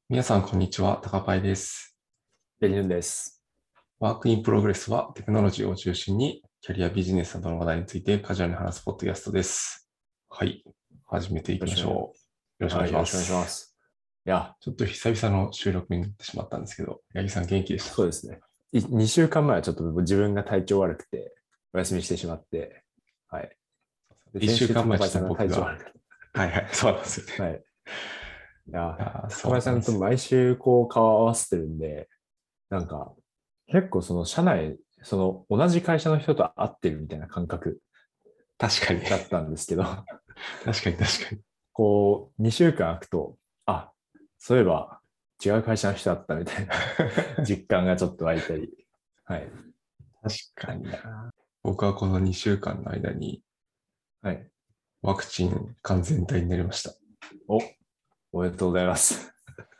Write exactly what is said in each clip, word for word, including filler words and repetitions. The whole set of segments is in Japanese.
皆さん、こんにちは。タカパイです。 ベニヌンです。 ワークインプログレスはテクノロジーを中心にキャリアビジネスなどの話題についてカジュアルに話すポッドキャストです。はい。始めていきましょう。 よろしくお願い、 よろしくお願いはい、 しまよろしくお願いします。 す。いや、 ちょっと久々の収録になってしまったんですけど、八木さん元気でしたか？ そうですね。いにしゅうかんまえはちょっと自分が体調悪くて、お休みしてしまって、はい。で、 一週先週、 間前ちょっと高林さんが僕が、 体調悪くて、 はいはい、そうなんですよね。 はい。いや、 いやー、 高林さんとそうなんですよ。 毎週こう顔を合わせてるんで、なんか、結構その社内、その同じ会社の人と会ってるみたいな感覚確かに。 だったんですけど、 確かに確かに。 こう、にしゅうかん空くと、あ、そういえば違う会社の人だったみたいな実感がちょっと湧いたり、はい。 確かにな。僕はこのにしゅうかんの間にはい。 ワクチン完全体になりました。 お、おめでとうございます。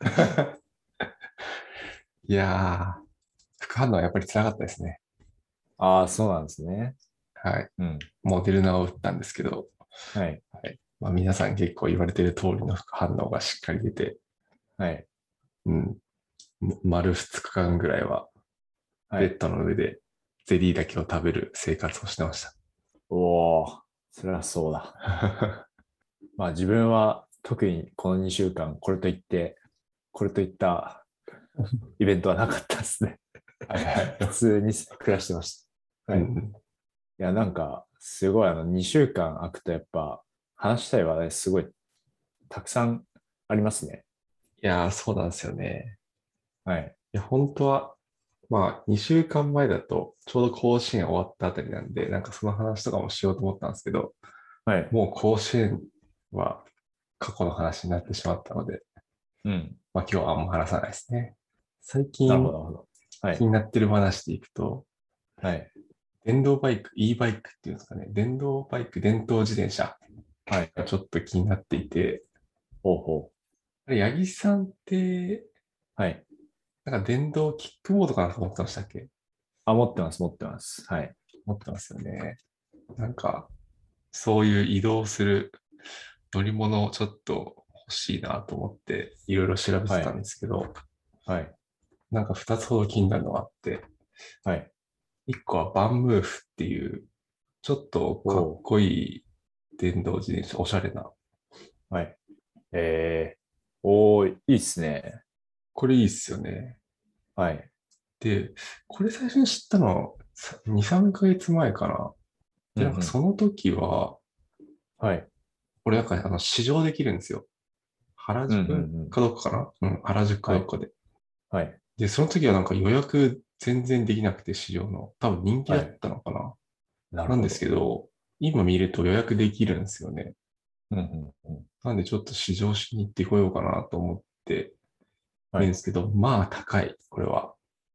いやー、副反応はやっぱり辛かったですね。 ああ、そうなんですね。 はい。 うん。 モデルナを打ったんですけど、 はい。 はい。まあ、皆さん結構言われてる通りの副反応がしっかり出て、 はい。 うん、丸ふつかかんぐらいははい。 ベッドの上でゼリーだけを食べる生活をしてました。 おー、それはそうだ。まあ自分は特にこのにしゅうかん、これといって、これといったイベントはなかったですね。 はいはい。 普通に暮らしてました。はい。いうん、 や、なんか、すごいあの、にしゅうかん空くとやっぱ、話したい話題すごいたくさんありますね。 いやー、そうなんですよね。 はい。 いや、本当は、まあ、にしゅうかんまえだと、ちょうど甲子園終わったあたりなんで、なんかその話とかもしようと思ったんですけど、 はい。 もう甲子園は過去の話になってしまったので、 うん。 まあ今日はあんま話さないですね。最近なるほど、なるほど。はい。 気になってる話でいくと、 はい。 電動バイク、e バイクっていうんですかね。電動バイク、電動自転車はい。 がちょっと気になっていて、 ほうほあれ、八木さんって、 う。はい。 なんか電動キックボードかなんか持ってましたっけ？ あ、持ってます、持ってます。はい。 持ってますよね。なんか、そういう移動する乗り物をちょっと欲しいなと思って、いろいろ調べてはい。 たんですけど、 はい。 なんか二つほど気になるのがあって、 はい。 一個はバンムーフっていう、ちょっとかっおこいい電動自転車、おしゃれな。 ー。はい。えー。おー、いいっすね。 これいいっすよね。 はい。 で、これ最初に知ったのさに、さんかげつまえかな。で、なんかうんうん。 その時は、 はい。 これなんかあの試乗できるんですよ。原うんうんう宿ん。 かどっかかな。うん、原宿かはい。 どっかで。 はい。 で、その時はなんか予約全然できなくて試乗の。多分人気だっはい。 たのかな。なんですなるほど。 けど、今見ると予約できるんですよね。 うんうんうん。 なんでちょっと試乗しに行ってこようかなと思ってはい。 るんですけど、まあ高い、これは。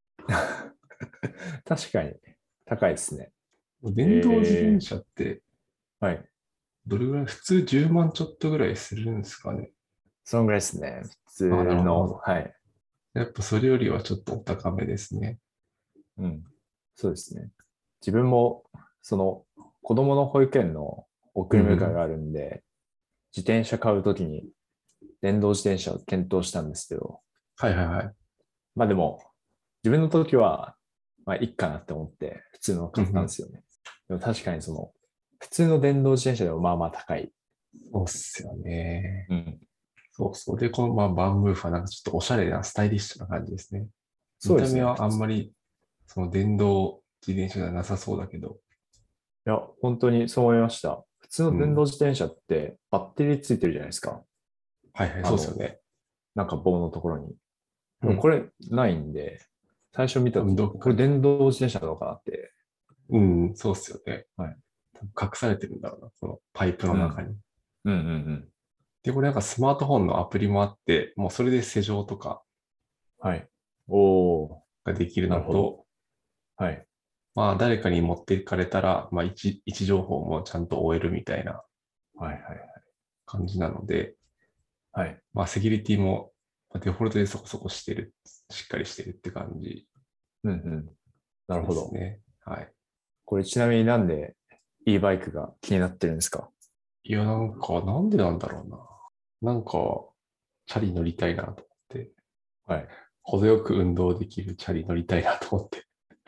確かに、高いですね。 電動自転え車ってー。はい。 どれぐらい、普通じゅうまんちょっとぐらいするんですかね。 そのぐらいですね。普ああ、なる通の、 ほどなるほど。 はい。 やっぱそれよりはちょっとお高めですね。 うん。そうですね。自分も、その、子供の保育園の送り迎えうん。 があるんで、自転車買うときに電動自転車を検討したんですけど、 はいはいはい。 まあでも、自分の時は、まあいいかなって思って、普通の買っうんうん。 たんですよね。でも確かにその、普通の電動自転車でもまあまあ高い。 そうっすよね。 うん。 そうそう。で、このまあバンムーフはなんかちょっとおしゃれなスタイリッシュな感じですね。見そうですね。 た目は普通。いあんまりその電動自転車じゃなさそうだけど。 や、本当にそう思いました。普通の電動うん。 自転車ってバッテリーついてるじゃないですか。 はいはい、 あの、 そうですよね。 なんか棒のところに。でうん。 もこれないんで、最初見た多分とき、 どっかに。 これ電動自転車なのかなって。 うん、そうっすよね。 はい。 多分隠されてるんだろうな、このパイプのうん。 中に。 うんうんうん。 で、これなんかスマートフォンのアプリもあって、もうそれで施錠とかはい。おー、 ができるなるほど。 のと、 はい。 まあ誰かに持っていかれたら、まあ位置、位置情報もちゃんと追えるみたいなはいはいはい。 感じなので、 はい。 まあセキュリティもまあデフォルトでそこそこしてる、しっかりしてるって感じうんうん。なるほど。 ですね。はい。 これちなみになんで e バイクが気になってるんですか？ いや、なんか、なんでなんだろうな。なんか、チャリ乗りたいなと思って。 はい。 程よく運動できるチャリ乗りたいなと思って。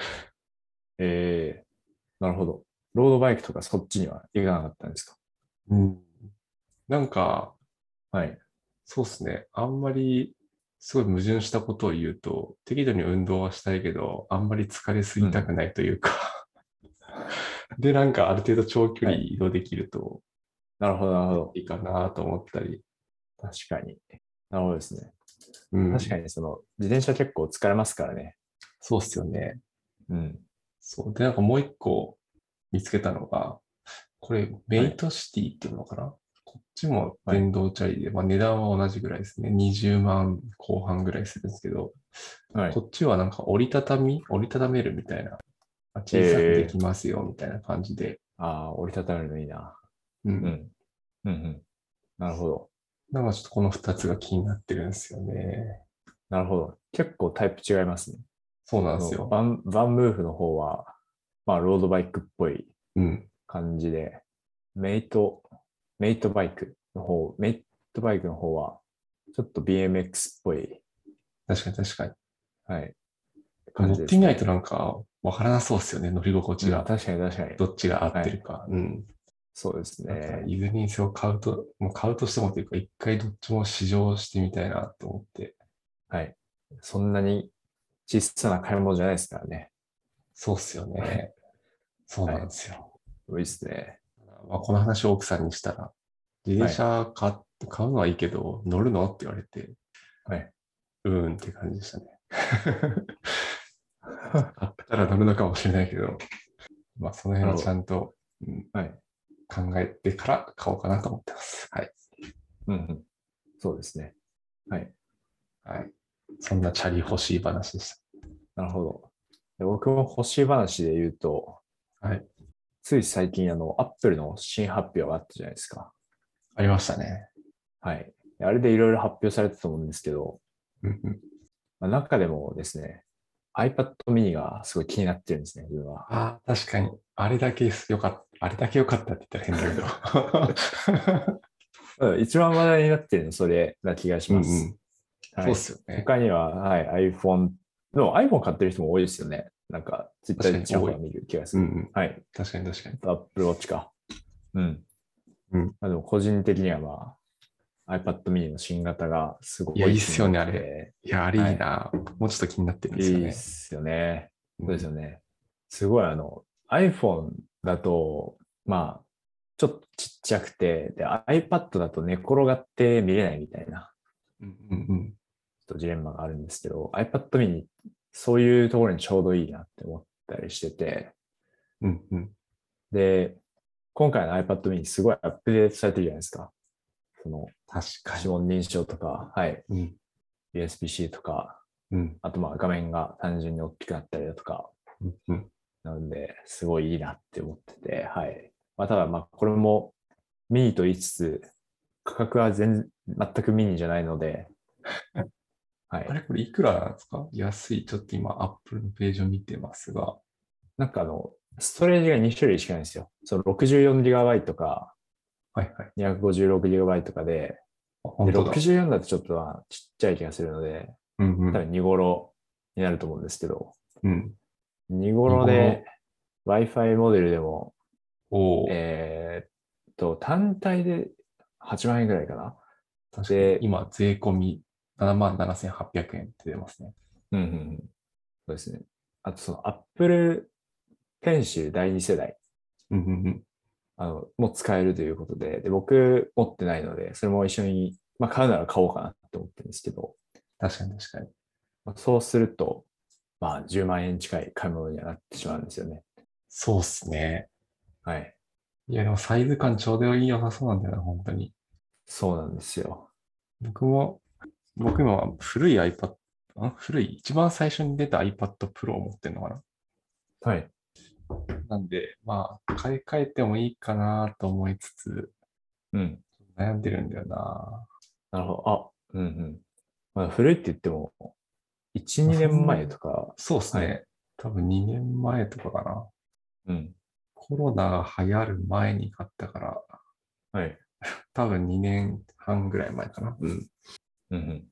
えー、なるほど。ロードバイクとかそっちには行かなかったんですか？ うん。なんか、 はい。 そうですね。あんまり、すごい矛盾したことを言うと、適度に運動はしたいけど、あんまり疲れすうん。 ぎたくないというかで、なんかある程度長距離はい。 移動できるとなるほど、なるほど。 いいかなと思ったり。 確かに。なるほどですね。 うん。 確かにその自転車結構疲れますからね。 そうっすよね。 うん。 そう。で、なんかもう一個見つけたのが、これ、メはい。 イトシティっていうのかな。こっちもはい。 電動チャリで、まあ値段は同じぐらいですね。にじゅうまん後半ぐらいするんですけど、 はい。 こっちはなんか折りたたみ、折りたためるみたいな、小さくできえー、 ますよみたいな感じで、 ああ、折りたためるのいいな。 うん。 うん。うん、うん。なるほど。 なんかちょっとこの二つが気になってるんですよね。 なるほど。結構タイプ違いますね。 そうなんあの、 ですよ。 バン、バンムーフの方は、まあ、ロードバイクっぽいうん。 感じで、メイト、メイトバイクの方、メイトバイクの方は、ちょっと ビーエムエックス っぽい、 確かに確かに。 はい、感乗じですね。 ってみないとなんかわからなそうですよね。乗り心地うん、 が。 確かに確かに。 どっちが合っはい。 てるか。うん。 そうですだから、 ね。 いずれにせよ買うと、もう買うとしてもというか、一回どっちも試乗してみたいなと思って。 はい。そんなに小さな買い物じゃないですからね。 そうっすよね。そうなんではい。 すよ。 いいですね。 まあ、この話を奥さんにしたら、自転はい。 車買って買うのはいいけど、乗るのって言われて、 はい。 うーんって感じでしたね。買ったら乗るのかもしれないけど、まあその辺はちゃなるほど。 んと、うん、 はい。 考えてから買おうかなと思ってます。はい。 うんうん。そうですね。はい。 はい。そんなチャリ欲しい話でしなるほど。で僕も欲しい話で言うと、 た。はい。 つい最近、あの、アップルの新発表があったじゃないですか。 ありましたね。 はい。あれでいろいろ発表されてたと思うんですけど、 うんうん。 まあ、中でもですね、iPad mini がすごい気になってるんですね、自分は。 ああ、確かに。あれだけ良かった。あれだけ良かったって言ったら変だけど。 うん一番話題になってるのそれな気がしうんます。 うん。そうっはい。 すよね。 他には、はい、iPhone、でも iPhone 買ってる人も多いですよね。なんか、Twitter で確かに多い。 ちらほら見る気がする。 うんうん。 はい。 確かに確かに。 あと Apple Watch か。うん。 うん。 まあ、でも個人的にはまあ、iPad mini の新型がすいや、いいっごい気になっすよね、あれ。 て、 いや、あれいはい。 いな。もうちょっと気になってるんいですよね。 いっすよね。そうですうん。 よね。すごいあの、iPhone だと、まあ、ちょっとちっちゃくて、で、iPad だと寝転がって見れないみたいな、 うんうんうん。 ちょっとジレンマがあるんですけど、iPad mini、そういうところにちょうどいいなって思ったりしてて、 うんうん。 で、今回の iPad mini すごいアップデートされてるじゃないですか。その、 確かに。 指紋認証とか、はい、 うん。 ユーエスビー-C とか、 うん。 あとまあ画面が単純に大きくなったりだとか、 うんうん。 なので、すごいいいなって思ってて、はい。まあ、ただ、まあ、これもミニと言いつつ、価格は全全くミニじゃないので、はい。 あれ、これいくらなんですか？安い。ちょっと今、Apple のページを見てますが。 なんかあの、ストレージがに種類しかないんですよ。その ろくじゅうよんギガバイト かはいはい。 にひゃくごじゅうろくギガバイト かで、 あ、 で、 本当だ。 ろくじゅうよんだとちょっとまあちっちゃい気がするので、 うんうん。 多分に頃になると思うんですけど、 うん。 に見頃で頃。 Wi-Fi モデルでも、 おお。 えーっと、単体ではちまん円ぐらいかな。 確かに。 で、 今、税込みななまんななせんはっぴゃくえんって出ますね。 うんうんうん、そうですね。あとその Apple Pencil だいに世代うんうんうん。 あのも使えるということで、で、僕持ってないので、それも一緒に、まあ、買うなら買おうかなって思ってるんですけど、 確かに確かに。 まあ、そうすると、まあじゅうまん円近い買い物にはなってしまうんですよね。 そうっすね。 はい。 いや、でもサイズ感ちょうどいい良さそうなんだよな、本当に。 そうなんですよ。 僕も、僕今は古い iPad、あ古い、一番最初に出た iPad Pro を持ってるのかな。 はい。 なんで、まあ、買い替えてもいいかなと思いつつ、 うん。 悩んでるんだよな。 なるほど。あ、うんうん。まあ、古いって言っても、いち、 まあ、そ 2年んな、 前とか、 そうですはい。 ね。多分にねんまえとかかな。 うん。 コロナが流行る前に買ったから、 はい。 多分にねんはんぐらい前かな。うん。 うんうん。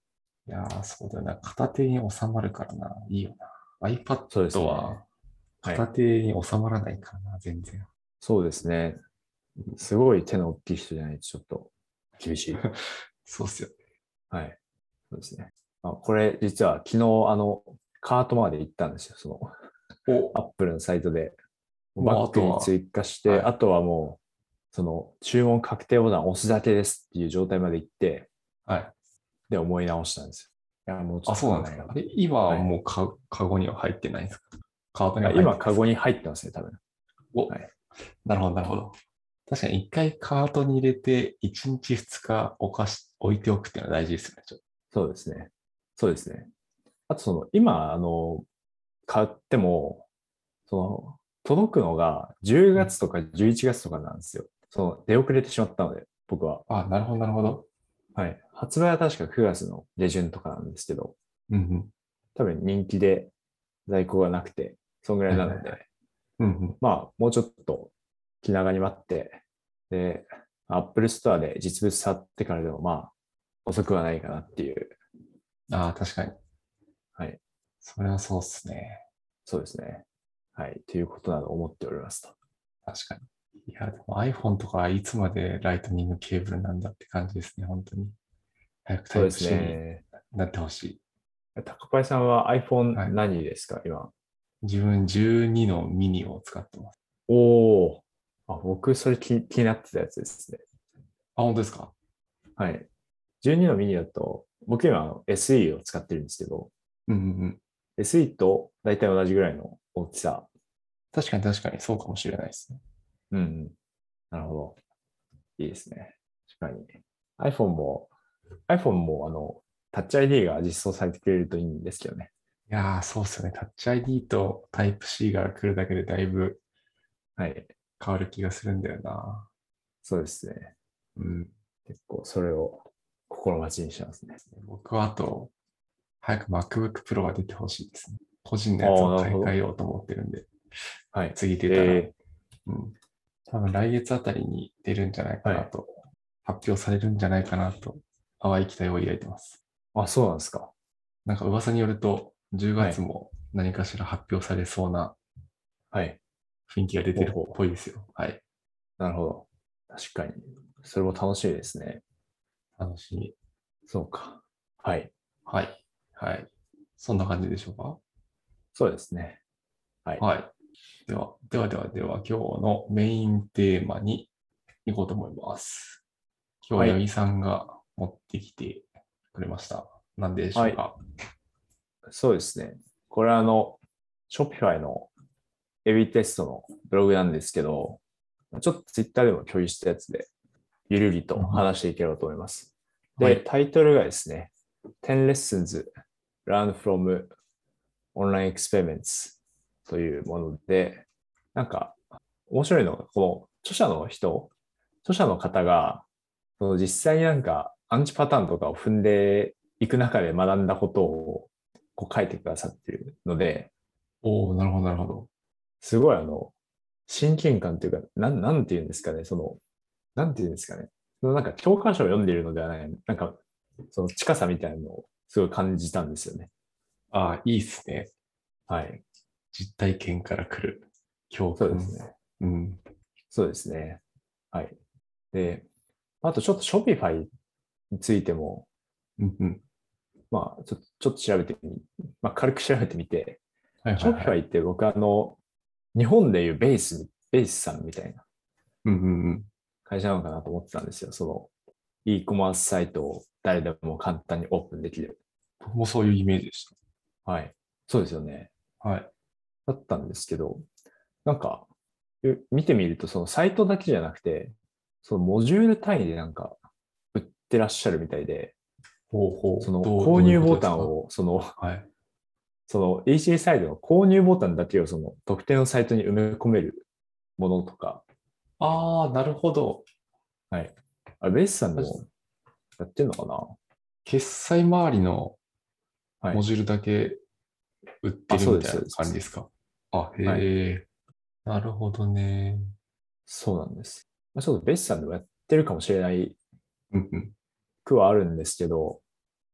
いやー、そうだよな。片手に収まるからな。いいよな。 そうで iPad すね。 は片はい。 手に収まらないからな、全然。 そうですね。すごい手の大きい人じゃないとちょっと厳しい。 そうっすよ。 はい。そうですね。あ、これ実は昨日あの、カートまで行ったんですよ。その、 お、 アップルのサイトで。バもうあッグとは、 に追加して、 はい。 あとはもう、その、注文確定ボタンを押すだけですっていう状態まで行って、 はい。 で、思い直したんですよ。いや、もうちょあ、 っとそうなんですか。 買わないな。 あれ、今ははい。 もうカ、カゴには入ってないんですか？カートには入っあ今、 てないですか？ カゴに入ってますね、多分。 お、 はい。 なるほど、なるほど。確かに一回カートに入れて、一日二日置かし、置いておくっていうのは大事ですよね、ちょっそうですね。そうですね。あと、その、今、あの、買っても、その、届くのが10 と。うん。 月とかじゅういちがつとかなんですよ。その、出遅れてしまったので、僕は。 あ、なるほど、なるほど。 はい。発売は確かくがつの下旬とかなんですけど、 うんうん。 多分人気で在庫がなくて、そんぐらいはいはいはい。 なので、 うんうん。 まあ、もうちょっと気長に待って、で、Apple Store で実物触ってからでもまあ、遅くはないかなっていう。 ああ、確かに。 はい。 それはそうっすね。 そうですね。はい。ということなど思っておりますと。 確かに。いや、でも iPhone とかいつまでライトニングケーブルなんだって感じですね、本当に。早くタイプそうです C にね。 なってほしい。 高パイさんは iPhone はい。 何ですか今？ 自分じゅうにのミニを使ってます。 おー。あ、僕、それ気、気になってたやつですね。 あ、本当ですか？ はい。じゅうにのミニだと、僕今あの エスイー を使ってるんですけど、 うんうんうん。 エスイー と大体同じぐらいの大きさ。 確かに確かにそうかもしれないですね。 うん、うん。なるほど。いいですね。確かに。iPhone も、iPhone もあの、タッチ アイディー が実装されてくれるといいんですけどね。 いやー、そうっすよね。タッチ アイディー とタイプ C が来るだけでだいぶはい。 変わる気がするんだよな。 そうですね。 うん。 結構それを心待ちにしてますね。 僕はあと、早く MacBook Pro が出てほしいですね。個人のやつああ、 を買い替えなるほど。 ようと思ってるんで、 はい。 次出たら、 えうん。多分来月あたりに出るんじゃないー、はい。 かなと、発表されるんじゃないかなと、淡い期待を抱いてます。 あ、そうなんですか。 なんか噂によると、10 はい。 月も何かしら発表されそうなはい。 雰囲気が出てるっほうほう。 ぽいですよ。はい。 なるほど。確かに。それも楽しみですね。 楽しみ。 そうか。はい。 はい。はい。そんな感じでしょうか？ そうですね。はい。 はい。では、ではではでは、今日のメインテーマに行こうと思います。今日は八はい。 木さんが持ってきてくれました。何でしょはい。 うか？ そうですね。これはあの、Shopify のエビテストのブログなんですけど、ちょっと Twitter でも共有したやつで、ゆるりとうんうん。 話していければと思います。で、 はい。 タイトルがですね、じゅう Lessons Learn from Online Experiments というもので、なんか、面白いのが、この著者の人、著者の方が、その実際になんかアンチパターンとかを踏んでいく中で学んだことをこう書いてくださっているので、 おー、なるほど、なるほど。 すごいあの、親近感というか、なん、なんて言うんですかね、その、なんて言うんですかね。そのなんか教科書を読んでいるのではない、なんか、その近さみたいなのをすごい感じたんですよね。 ああ、いいっすね。 はい。 実体験から来る教訓。 そうですね。 うん。 そうですね。はい。で、あとちょっと Shopify についても、 うんうん。 まあ、ちょっと、ちょっと調べてみ、まあ、軽く調べてみて、 はいはいはい。 Shopify って僕あの、日本でいうベース、ベースさんみたいなうんうんうん。 会社なのかなと思ってたんですよ。その、e コマースサイトを誰でも簡単にオープンできる。 僕もそういうイメージでしはい。そうですよね。 た。はい。 だったんですけど、なんか、え見てみると、そのサイトだけじゃなくて、そのモジュール単位でなんか売ってらっしゃるみたいで、 ほうほう。 そのどう、どういう購入ボことですか？ タンを、その、 はい。 その イーシー サイドの購入ボタンだけをその特定のサイトに埋め込めるものとか、 ああ、なるほど。 はい。あ、ベースさんでもやってんのかな？ 決済周りのはい。 モジュールだけ売ってあ、そうです、 るみたいなそうです。 感じですか？あ、 はい。 へえ。なるほどね。 そうなんです。まあ、ちょっとベースさんでもやってるかもしれないうんうん。 くはあるんですけど、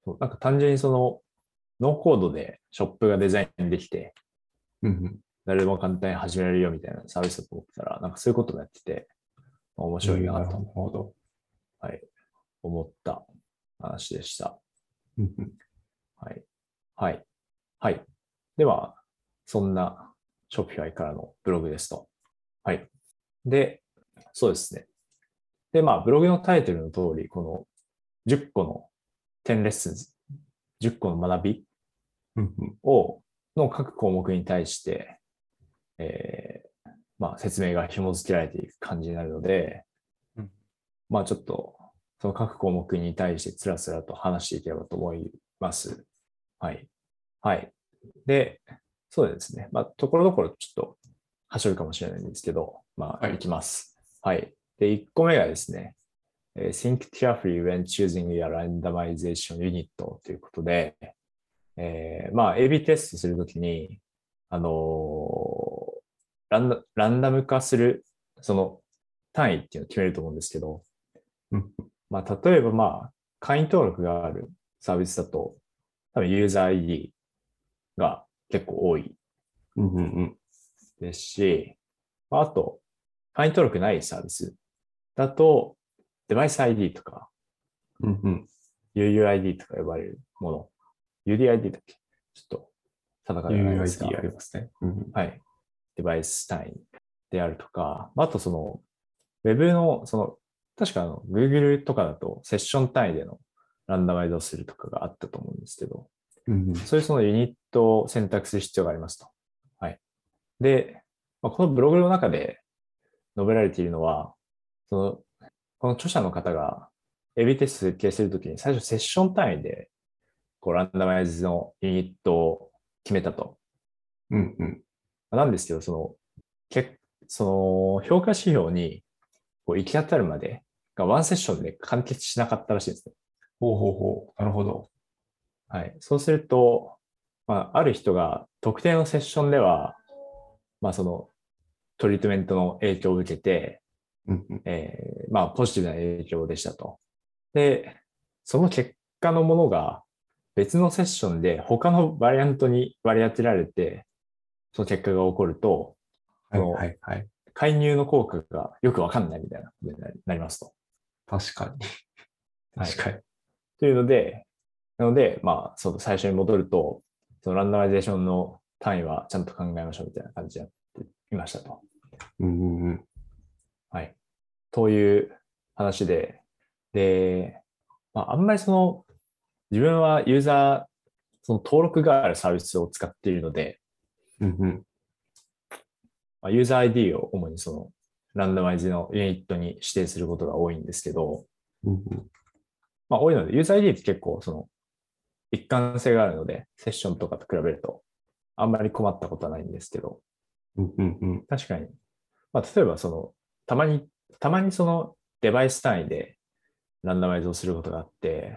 そうなんか単純にその、ノーコードでショップがデザインできて、 うんうん。 誰でも簡単に始められるよみたいなサービスだと思ってたら、なんかそういうこともやってて、まあ面えー、な白いなと、 るほど。 はい、思った話でした。 うんうん。 はい。はい。はい。では、そんな Shopify からのブログですと。はい。で、そうですね。で、まあ、ブログのタイトルの通り、このじゅっこのじゅうレッスンズ、じゅっこの学びうんうん。 を、の各項目に対して、えー、まあ、説明が紐付けられていく感じになるので、 うん。 まあ、ちょっと、その各項目に対してつらつらと話していければと思います。はい。はい。で、そうですね。まあ、ところどころちょっと、はしょるかもしれないんですけど、まあ、いはい。 きます。はい。で、いっこめがですね、えー Think carefully when choosing your randomization unit ということで、えーまあ、エービー テストするときに、あのーランダ、ランダム化する、その単位っていうのを決めると思うんですけど、 うんまあ、例えばまあ、会員登録があるサービスだと、多分ユーザー アイディー が結構多いうんうん。 ですし、まああと、会員登録ないサービスだと、デバイス アイディー とか、 うんうん。 ユーユーアイディー とか呼ばれるもの、ユーディーアイディー だっけちょっと定かではないですユーアイディー あが、 りますね。うんうん。 はい。デバイス単位であるとか、あとその、ウェブの、その、確かあの、Google とかだとセッション単位でのランダマイズをするとかがあったと思うんですけど、 うんうん。 そういうそのユニットを選択する必要がありますと。はい。で、まあ、このブログの中で述べられているのは、その、この著者の方が エービー テスト設計するときに最初セッション単位でこうランダマイズのユニットを決めたと。 うんうん。 なんですけど、その、けその評価指標にこう行き当たるまでがワンセッションで完結しなかったらしいんですね。 ほうほうほう。なるほど。 はい。そうすると、まあ、ある人が特定のセッションでは、まあ、そのトリートメントの影響を受けて、 うんうん。 えー、まあ、ポジティブな影響でしたと。で、その結果のものが別のセッションで他のバリアントに割り当てられて、その結果が起こると、 はいはそのいはい。 介入の効果がよくわかんないみたいなことになりますと。 確かに。 はい。 確かに。 というので、なので、まあ、その最初に戻ると、そのランダマイゼーションの単位はちゃんと考えましょうみたいな感じでやっていましたと。 うんうんうん。 はい。という話で、で、まあ、あんまりその、自分はユーザー、その登録があるサービスを使っているので、 うんうん。 まあ、ユーザー アイディー を主にその、ランダマイズのユニットに指定することが多いんですけど、 うんうん。 まあ、多いので、ユーザー アイディー って結構その、一貫性があるので、セッションとかと比べると、あんまり困ったことはないんですけど、 うんうんうん。 確かに、まあ、例えばその、たまに、たまにそのデバイス単位でランダマイズをすることがあって、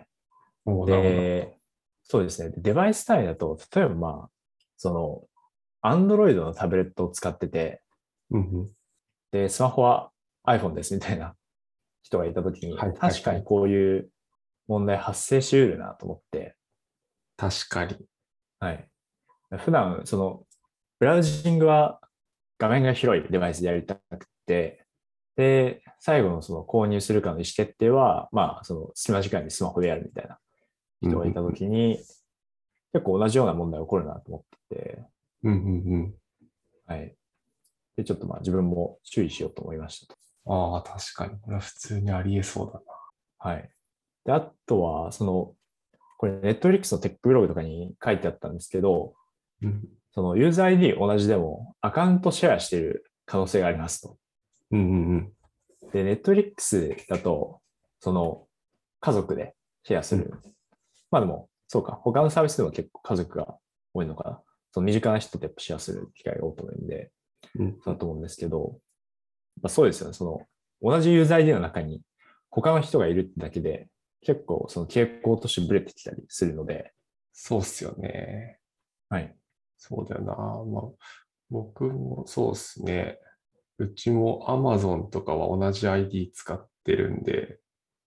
おー、なるほど、なるほで、 ど。 そうですね。デバイス単位だと、例えばまあ、その、Android のタブレットを使ってて、 うんうん。 で、スマホは iPhone ですみたいな人がいたときに、 はいはいはい。 確かにこういう問題発生し得るなと思って、 確かに。 はい。普段、その、ブラウジングは画面が広いデバイスでやりたくて、で、最後のその購入するかの意思決定は、まあ、その隙間時間にスマホでやるみたいなうん人がいたとうんきに、結構同じような問題が起こるなと思ってて、 うん。うんうんうん。 はい。で、ちょっとまあ自分も注意しようと思いましたと。 ああ、確かに。これは普通にありえそうだな。 はい。で、あとは、その、これ、ネットフリックスのテックブログとかに書いてあったんですけど、 うんそのユーザー アイディー 同じでもアカウントシェアしている可能性がありますと。 うんうんうん。 で、ネットフリックスだと、その、家族でシェアすうんる。まあでも、そうか、他のサービスでも結構家族が多いのかな。その身近な人とやっぱシェアする機会が多いと思うんで、 うんうん。 そうだと思うんですけど、まあ、そうですよね。その、同じユーザー アイディー の中に他の人がいるってだけで、結構その傾向としてブレてきたりするので、 そうっすよね。 はい。 そうだよな。まあ、僕もそうっすね。うちも Amazon とかは同じ アイディー 使ってるんで、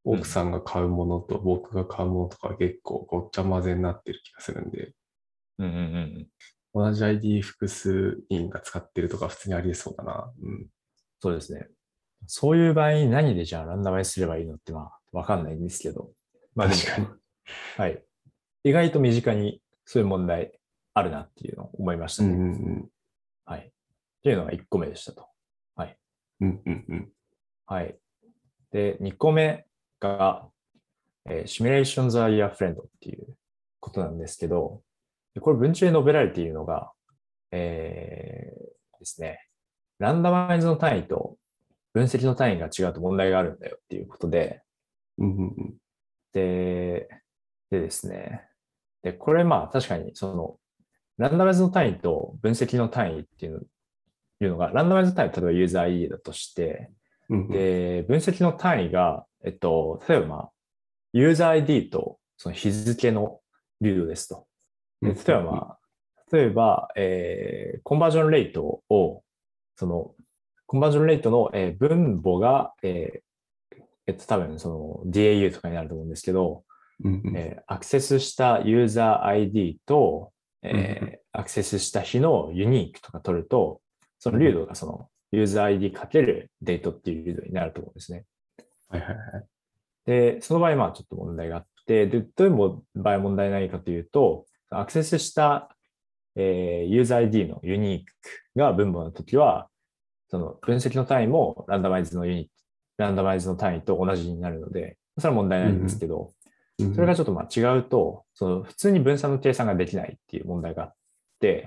奥さんが買うものと僕が買うものとか結構ごっちゃ混ぜになってる気がするんで、 うんうんうん。 同じ アイディー 複数人が使ってるとか普通にありえそうだな。うん。 そうですね。そういう場合に何でじゃあランダマイズすればいいのってまあわかんないんですけど。まあでも、 確かに。 はい。意外と身近にそういう問題あるなっていうのを思いましたうんね。 うんはい。っていうのがいっこめでしたと。はい。 うんうんうんはい。で、にこめが、えー、Simulations are your friend っていうことなんですけど、これ文中で述べられているのが、えー、ですね、ランダマイズの単位と分析の単位が違うと問題があるんだよっていうことで、 うんうんうんで、でですね、で、これまあ確かにその、ランダマイズの単位と分析の単位っていうのいうのが、ランダマイズ単位、例えばユーザー アイディー だとして、 うんうんで、分析の単位が、えっと、例えばまあ、ユーザー アイディー とその日付の流度ですと。で例えばまあ、例えば、えー、コンバージョンレートを、その、コンバージョンレートの、えー分母が、えーえっと、多分その ディーエーユー とかになると思うんですけど、 うんうんえーアクセスしたユーザー アイディー と、 うんうんえーアクセスした日のユニークとか取ると、そのうん流度がそのユーザー アイディー かけるデートっていう流度になると思うんですね。 はいはいはい。 で、その場合、まあちょっと問題があって、で、どういう場合問題ないかというと、アクセスした、えーユーザー アイディー のユニークが分母の時は、その分析の単位もランダマイズのユニット、ランダマイズの単位と同じになるので、それは問題ないんですけど、 うんうんそれがちょっとまあ違うと、その普通に分散の計算ができないっていう問題があって、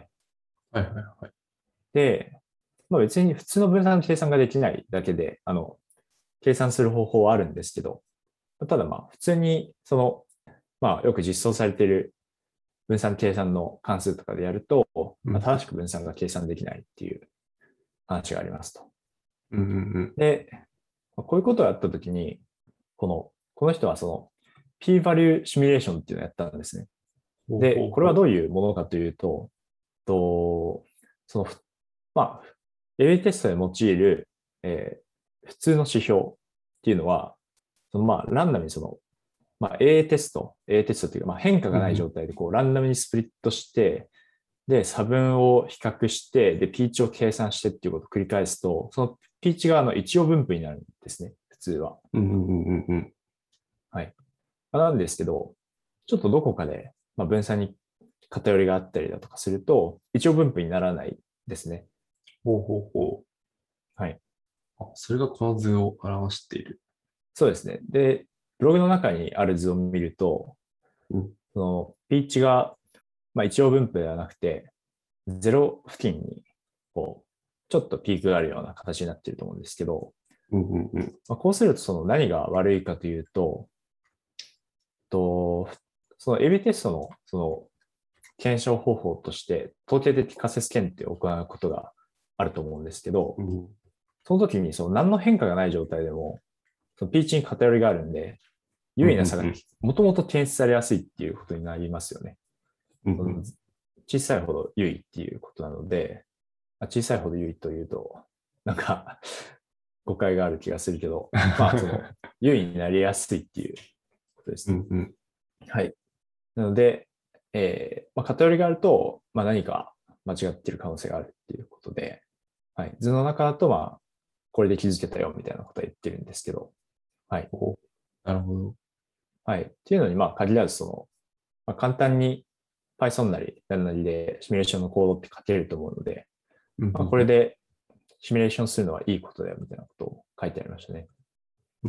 はいはいはい。 で、まあ別に普通の分散の計算ができないだけで、あの、計算する方法はあるんですけど、ただまあ普通にその、まあよく実装されている分散計算の関数とかでやると、 うんまあ、正しく分散が計算できないっていう話がありますと。 うんうんで、こういうことをやったときに、この、この人はその p-value シミュレーションっていうのをやったんですね。で、 ほうほうこれはどほういうものかというと、とその、まあ、エービー テストで用いる、えー普通の指標っていうのは、そのまあ、ランダムにその、まあ、A テスト、A テストっていうか、まあ、変化がない状態でこう、ランダムにスプリットして、で、差分を比較して、で、ピーチを計算してっていうことを繰り返すと、そのピーチがあの一応分布になるんですね、普通は。 う。うんうんうんうんはい。なんですけど、ちょっとどこかで、まあ、分散に偏りがあったりだとかすると、一応分布にならないですね。 ほうほうほはい。 う。あ、それがこの図を表している。 そうですね。で、ブログの中にある図を見ると、 うん。 そのピーチが、まあ、一応分布ではなくて、ゼロ付近に、こう、ちょっとピークがあるような形になっていると思うんですけど、 うんうんうん。 まあ、こうするとその何が悪いかというと、とその エービー テストのその検証方法として統計的仮説検定を行うことがあると思うんですけど、 うんその時にその何の変化がない状態でも、そのピーチに偏りがあるんで、優位な差がもともと検出されやすいっていうことになりますよね。 うんうん。 小さいほど優位っていうことなので、小さいほど優位というと、なんか誤解がある気がするけど、まあその優位になりやすいっていうことですね。 うんうん。 はい。なので、えーまあ、偏りがあると、まあ、何か間違っている可能性があるっていうことで、はい。図の中だと、まあ、これで気づけたよみたいなことは言ってるんですけど、はい。 お、なるほど。 はい。っていうのに、まあ、限らず、その、まあ、簡単に Python なり、何なりでシミュレーションのコードって書けると思うので、まあ、 うんうんこれでシミュレーションするのはいいことだよみたいなことを書いてありましたね。 うん。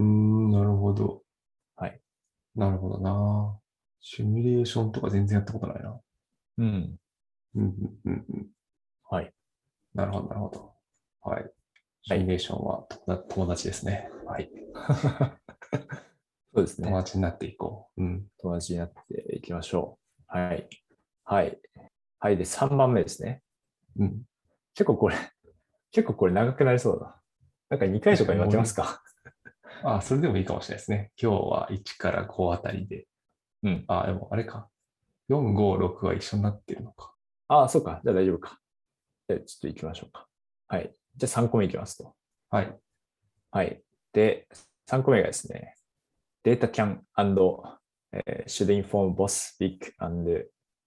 うーん、なるほど。 はい。 なるほどな。シミュレーションとか全然やったことないな。 うん。 うんうんうんうん。 はい。 なるほど、なるほど。はい。シはい。 ミュレーションは友達友達ですね。はい。 そうですね。 友達になっていこう。うん。 友達になっていきましょう。はい。はい。はい。で、さんばんめですね。 うん。 結構これ、結構これ長くなりそうだな。なんかにかいとかに分け確かにもういい。 ますか？ あ、それでもいいかもしれないですね。今日はいちからごあたりで。 うん。 あ、でもあれか。よん、ご、ろくは一緒になってるのか。 ああ、そうか。じゃあ大丈夫か。じゃあちょっと行きましょうか。はい。じゃあさんこめいきますと。 はい。 はい。で、さんこめがですね、 data can and、えー should inform both big and,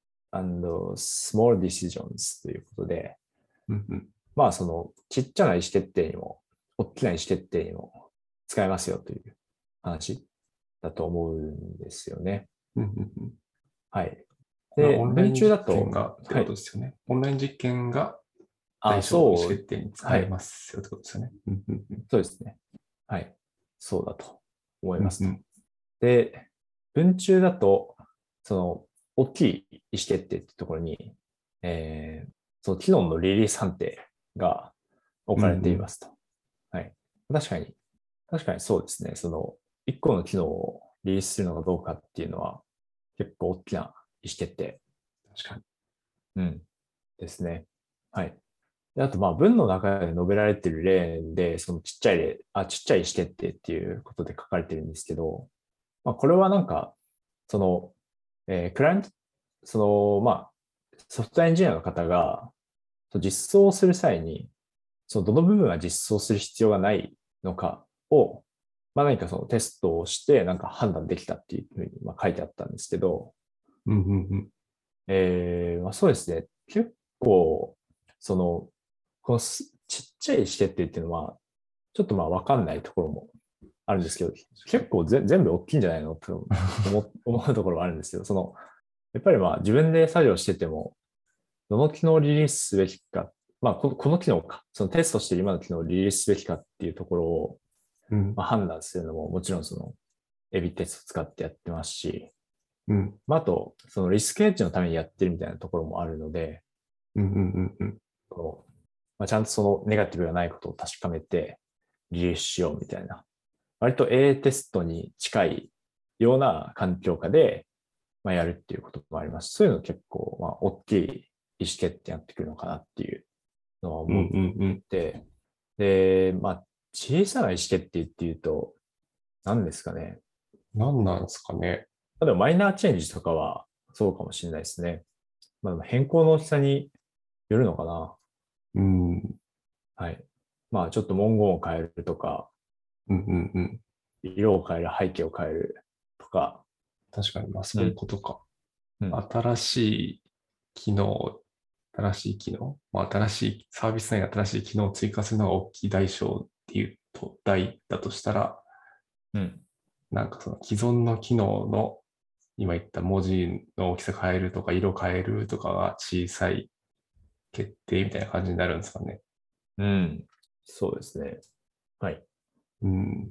and small decisions ということで、 うんうんまあそのちっちゃな意思決定にも、大きな意思決定にも使えますよという話だと思うんですよね。 うんうんうん。 はい。で、 これはオンライ文ン実中だと、 験がってはい。 ことですよね。オンライン実験があ、 大小の意思そう、 決定に使えはい。 ますよってことですよね。うんうんうんそうですね。はい。そうだと思いますと。 うんうんで、文中だと、その、大きい意思決定っていうところに、えー、その機能のリリース判定が置かれていますと。はい。確かに、確かにそうですね。その、一個の機能をリリースするのかどうかっていうのは、結構大きな意思決定。 確かに。 うん。ですね。はい。であと、まあ、文の中で述べられている例で、そのちっちゃい例、あ、ちっちゃい意思決定っていうことで書かれてるんですけど、まあ、これはなんか、その、えークライアント、その、まあ、ソフトウェアエンジニアの方が、実装をする際に、そのどの部分は実装する必要がないのかを、まあ何かそのテストをしてなんか判断できたっていうふうにまあ書いてあったんですけど、 うんうんうんえーまあ、そうですね。結構、その、このちっちゃい意思決定っていうのは、ちょっとまあわかんないところもあるんですけど、結構ぜ全部大きいんじゃないのと思思うところはあるんですけど、その、やっぱりまあ自分で作業してても、どの機能をリリースすべきか、まあこのこの機能か、そのテストしている今の機能をリリースすべきかっていうところを、 うんまあ、判断するのももちろんそのエビテストを使ってやってますし、 うんまあ、あと、そのリスクヘッジのためにやってるみたいなところもあるので、 うんうんうんそのまあ、ちゃんとそのネガティブがないことを確かめてリリースしようみたいな、割と A テストに近いような環境下で、まあ、やるっていうこともあります。そういうの結構、まあ、大きい意思決定やってくるのかなっていうのはうん思っうんうんて、で、まあ、小さな意思決定っていうと、何ですかね。 何なんですかね。 まあ、でもマイナーチェンジとかはそうかもしれないですね。まあ、でも変更の大きさによるのかな。 うんうんはい。まあ、ちょっと文言を変えるとか、 うんうん色を変える、背景を変えるとか。 確かに、まあそういううん。 ことか。 うん。 新しい機能、新しい機能、まあ、新しいサービス内に新しい機能を追加するのが大きい大小っていうと、大だとしたら、 うん。 なんかその既存の機能の今言った文字の大きさ変えるとか色変えるとかが小さい決定みたいな感じになるんですかね。 うん。そうですね。はい。 うん。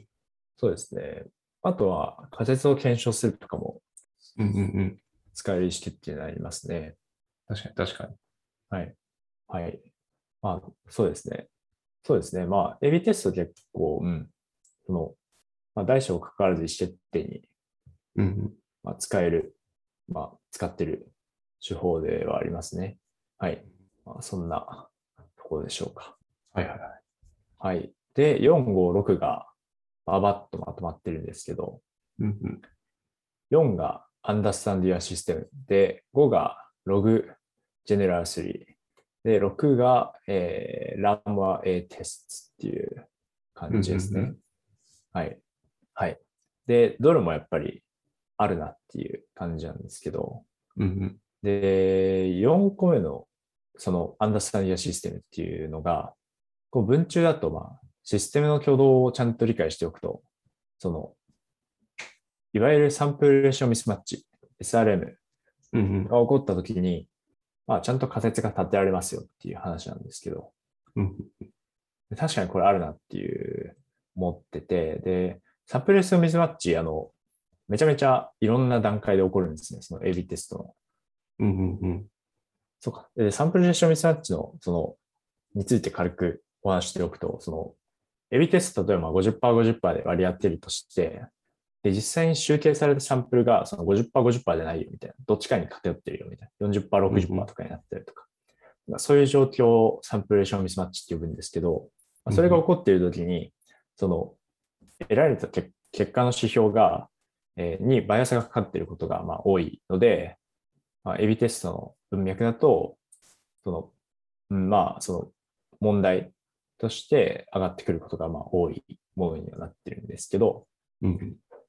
そうですね。あとは仮説を検証するとかもうんうんうん。 使える意思決定になりますね。 確かに確かに。 はい。はい。まあ、そうですね。そうですね。まあ、エービー テスト結構、うん。その、まあ、大小関わらず意思決定に、 うんうん。 まあ、使える、まあ、使ってる手法ではありますね。はい。まあ、そんなところでしょうか。 はいはいはい。 はい。で、よん、ご、ろくがババッとまとまってるんですけど、 うんうん。 よんが Understand Your System で、ごが Log General スリーで、ろくが、えー、Run A Tests っていううんう感じですね。 んはい。はい。で、どれもやっぱりあるなっていう感じなんですけど、 うん。うんうん。 で、よんこめのその Understand Your System っていうのが、こう文中だと、まあ、システムの挙動をちゃんと理解しておくと、その、いわゆるサンプルレーションミスマッチ、エスアールエムうんうんが起こったときに、まあ、ちゃんと仮説が立てられますよっていう話なんですけど、 うん確かにこれあるなっていう思ってて、で、サンプルレーションミスマッチ、あの、めちゃめちゃいろんな段階で起こるんですね、その エービー テストの。 うんうんそうか。で、サンプルレーションミスマッチの、その、について軽くお話しておくと、その、エビテスト、例えば ごじゅっパーセント、ごじゅっパーセント で割り当てるとして、で、実際に集計されたサンプルがその ごじゅっパーセント、ごじゅっパーセント じゃないよみたいな。どっちかに偏ってるよみたいな。よんじゅっパーセント、 うんろくじゅっパーセントとかになってるとか。そういう状況をサンプルレーションミスマッチって呼ぶんですけど、それが起こっているときに、その、得られた結果の指標が、えーにバイアスがかかっていることがまあ多いので、まあ、エビテストの文脈だと、その、うん、まあ、その問題として上がってくることがまあ多いものにはなってるんですけど、 うん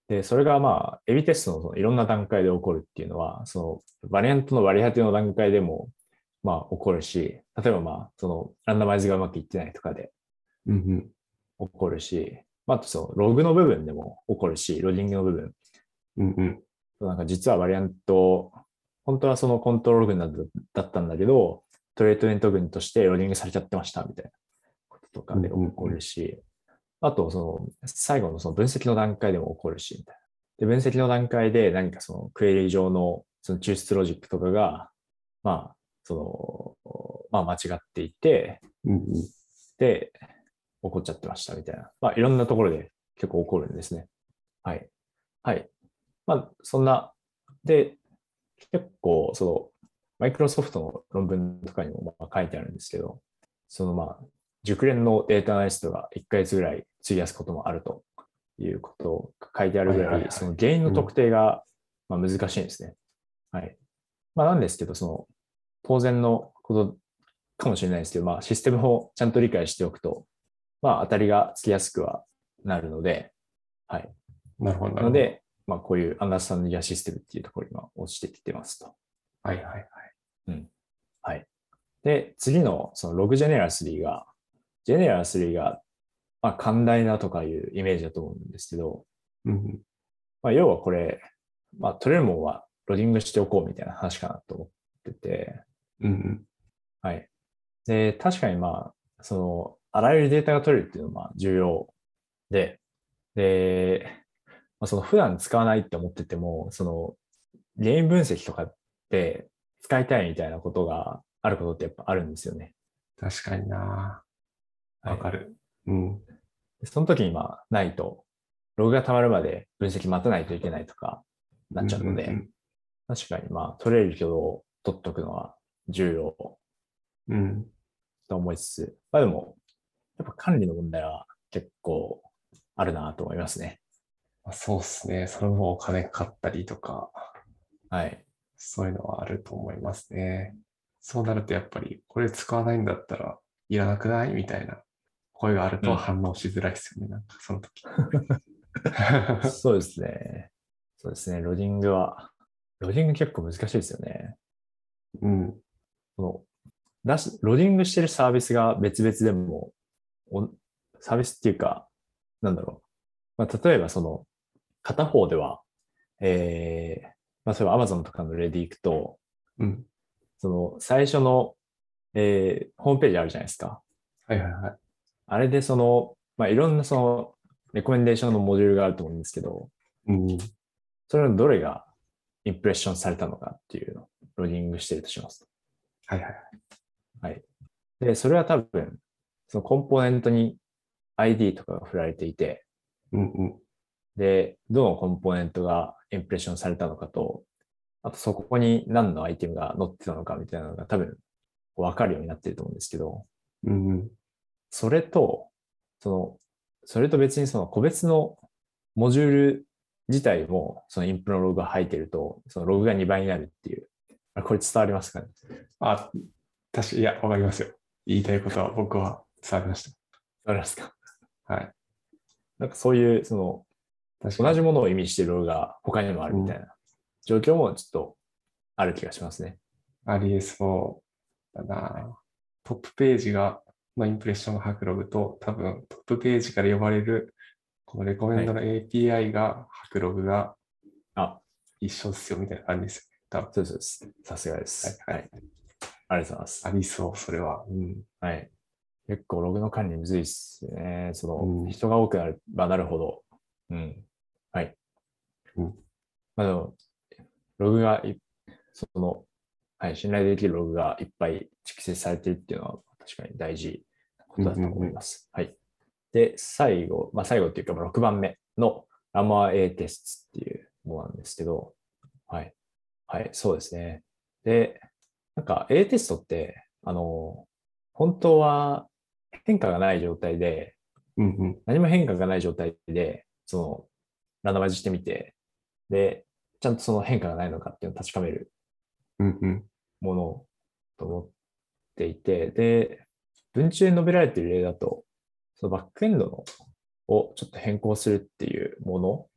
で、それがまあ、エビテストのそのいろんな段階で起こるっていうのは、そのバリアントの割り当ての段階でも、まあ起こるし、例えばまあ、そのランダマイズがうまくいってないとかでうん、 起こるし、まあ、あとそのログの部分でも起こるし、ローディングの部分。 うん、うん、 なんか実はバリアント、本当はそのコントロール群だったんだけど、トレートメント群としてローディングされちゃってましたみたいなこととかで起うん、 こるし、あとその最後のその分析の段階でも起こるし、みたいな。で、分析の段階で何かそのクエリ上のその抽出ロジックとかが、まあ、その、まあ間違っていて、 うん、 で、起こっちゃってましたみたいな。まあいろんなところで結構起こるんですね。はい。はい。まあそんな、で、結構その、マイクロソフトの論文とかにもまあ書いてあるんですけど、そのまあ、熟練のデータアナリストがいっかげつぐらい費やすこともあるということを書いてあるぐらい、 はいはいはい。 その原因のうん、 特定がまあ難しいんですね。はい。まあなんですけど、その、当然のことかもしれないですけど、まあシステムをちゃんと理解しておくと、まあ当たりがつきやすくはなるので、はい。 なるほど、なるほど。 なので、まあこういうアンダースタンディングやシステムっていうところに今落ちてきてますと。 はいはいはい。 うん。はい。で、次のそのログジェネラスリーが、ジェネラスリーが、まあ、寛大なとかいうイメージだと思うんですけど、 うん、 まあ、要はこれ、まあ、取れるもんはローディングしておこうみたいな話かなと思ってて、 うん、 はい。で、確かにまあ、その、あらゆるデータが取れるっていうのはまあ重要で、で、まあ、その普段使わないって思ってても、その、原因分析とかって使いたいみたいなことがあることってやっぱあるんですよね。 確かにな。 はい。 わかる。うん、 でその時にまあないと、ログが溜まるまで分析待たないといけないとかなっうん、うん、 ちゃうので、 うん。 確かにまあ取れる挙動を取っとくのは重要うん、 と思いつつ、まあでも、やっぱ管理の問題は結構あるなと思いますね。 まあ、そうっすね。その分お金かかったりとか、 はい。 そういうのはあると思いますね。そうなるとやっぱり、これ使わないんだったらいらなくないみたいな声があるとうん。 反応しづらいですよね。なんかその時。 そうですね。そうですね。ローディングは、ローディング結構難しいですよね。 うん。 その出し、ローディングしてるサービスが別々でも、サービスっていうか、なんだろう。まあ、例えばその、片方では、えー、まあ、それは Amazon とかの例でいくと、 うん。 その、最初の、えー、ホームページあるじゃないですか。 はいはいはい。 あれでその、まあ、いろんなその、レコメンデーションのモジュールがあると思うんですけど、 うん。 それのどれがインプレッションされたのかっていうのをローディングしてるとしますと。 はいはい。 はい。で、それは多分、そのコンポーネントに アイディー とかが振られていて、 うんうん。 で、どのコンポーネントがインプレッションされたのかと、あとそこに何のアイテムが載ってたのかみたいなのが多分分かるようになってると思うんですけど、 うんうん。 それと、その、それと別にその個別のモジュール自体もそのインプのログが入ってると、そのログがにばいになるっていう。あこれ伝わりますかね？ あ、確かいや、わかりますよ。言いたいことは僕は伝わりまし伝わりますか？ た。はい。 なんかそういう、その、 確かに。 同じものを意味しているログが他にもあるうん。 みたいな状況もちょっとある気がしますね。 ありえそうだはい。 な。トップページが、のインプレッションが吐くログと、多分トップページから呼ばれる、このレコメはい。 ンドの エーピーアイ が吐くログがあ、 一緒ですよみたいな感じですよね。多分。 そうですそうです。さすがではいす。はい。 はい。 ありがとうございまあす。 りそう、それは。うん。 はい。結構ログの管理むずいっすね。その、 うん。 人が多くなればなるほど。うん。はい。 うん。 まあでも、ログがい、その、はい、信頼できるログがいっぱい蓄積されているっていうのは確かに大事なこうん。 とだとうん。 思います。はい。で、最後、まあ最後っていうか、まあろくばんめのラマー A テストっていうものなんですけど、はい。はい、そうですね。で、なんか A テストって、あの、本当は変化がない状態で、 うん。うん。 何も変化がない状態で、その、ランダマイズしてみて、で、ちゃんとその変化がないのかっていうのを確かめるうん。うん。 ものと思っていて、で、文中に述べられている例だと、そのバックエンドのをちょっと変更するっていうもの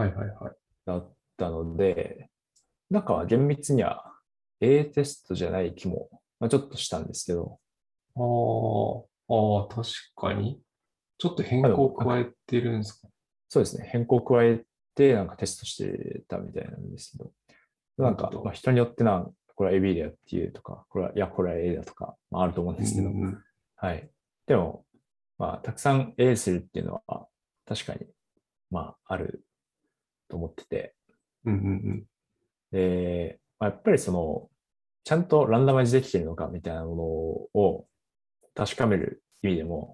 はいはいはい。 だったので、なんか厳密には A テストじゃない気も、まあ、ちょっとしたんですけど、 ああ、ああ、確かに。ちょっと変更をまあでも、なんか加えてるんですか？ そうですね、変更を加えてなんかテストしてたみたいなんですけど、なんか、まあ、 なるほど。 人によってなんこれは エービー だよっていうとか、これは、いや、これは A だとか、まあ、あると思うんうんですけど、 うんうん。 はい。でも、まあ、たくさん A するっていうのは、確かに、まあ、あると思ってて、 うんうんで、まあ、やっぱりその、ちゃんとランダマイズできてるのかみたいなものを確かめる意味でも